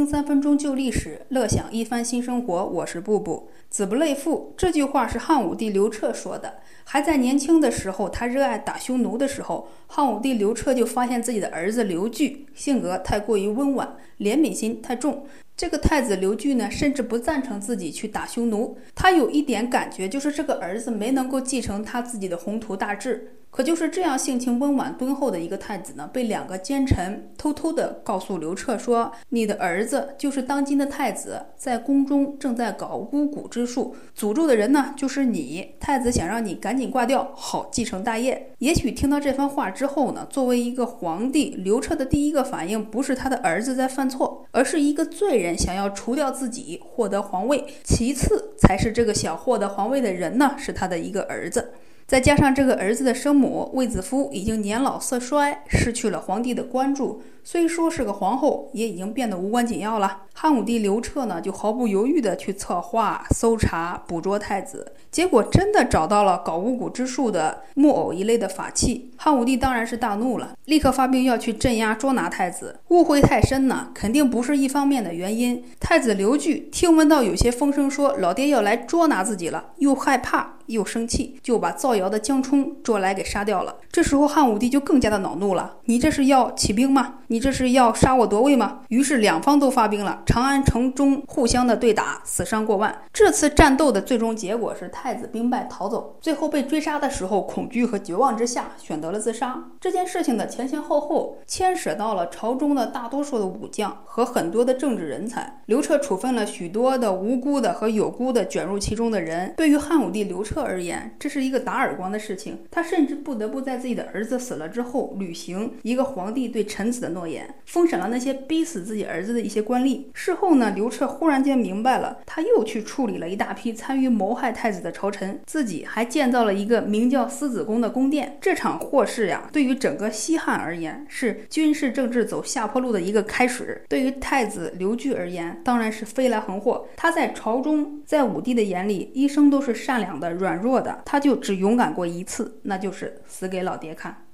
听3分钟旧历史，乐享一番新生活。我是布布。子不类父，这句话是汉武帝刘彻说的。还在年轻的时候，他热爱打匈奴的时候，汉武帝刘彻就发现自己的儿子刘据性格太过于温婉，怜悯心太重。这个太子刘据呢，甚至不赞成自己去打匈奴。他有一点感觉，就是这个儿子没能够继承他自己的宏图大志。可就是这样性情温婉敦厚的一个太子呢，被2个奸臣偷偷的告诉刘彻说，你的儿子就是当今的太子，在宫中正在搞巫蛊之术，诅咒的人呢就是你。太子想让你赶紧挂掉，好继承大业。也许听到这番话之后呢，作为一个皇帝，刘彻的第一个反应不是他的儿子在犯错，而是一个罪人想要除掉自己，获得皇位。其次才是这个想获得皇位的人呢，是他的一个儿子。再加上这个儿子的生母卫子夫已经年老色衰，失去了皇帝的关注，虽说是个皇后，也已经变得无关紧要了。汉武帝刘彻呢，就毫不犹豫地去策划、搜查、捕捉太子，结果真的找到了搞巫蛊之术的木偶一类的法器。汉武帝当然是大怒了，立刻发兵要去镇压捉拿太子。误会太深呢，肯定不是一方面的原因。太子刘据听闻到有些风声说老爹要来捉拿自己了，又害怕又生气，就把造谣的江充捉来给杀掉了。这时候汉武帝就更加的恼怒了，你这是要起兵吗？你这是要杀我夺位吗？于是2方都发兵了，长安城中互相的对打，死伤过万。这次战斗的最终结果是太子兵败逃走，最后被追杀的时候，恐惧和绝望之下选择了自杀。这件事情的前前后后牵扯到了朝中的大多数的武将和很多的政治人才。刘彻处分了许多的无辜的和有辜的卷入其中的人。对于汉武帝刘彻而言，这是一个打耳光的事情。他甚至不得不在自己的儿子死了之后，履行一个皇帝对臣子的诺言，封赏了那些逼死自己儿子的一些官吏。事后呢，刘彻忽然间明白了，他又去处理了一大批参与谋害太子的朝臣，自己还建造了一个名叫思子宫的宫殿。这场祸事呀，对于整个西汉而言，是军事政治走下坡路的一个开始。对于太子刘据而言，当然是飞来横祸。他在朝中，在武帝的眼里，一生都是善良的、软弱的，他就只勇敢过一次，那就是死给老爹看。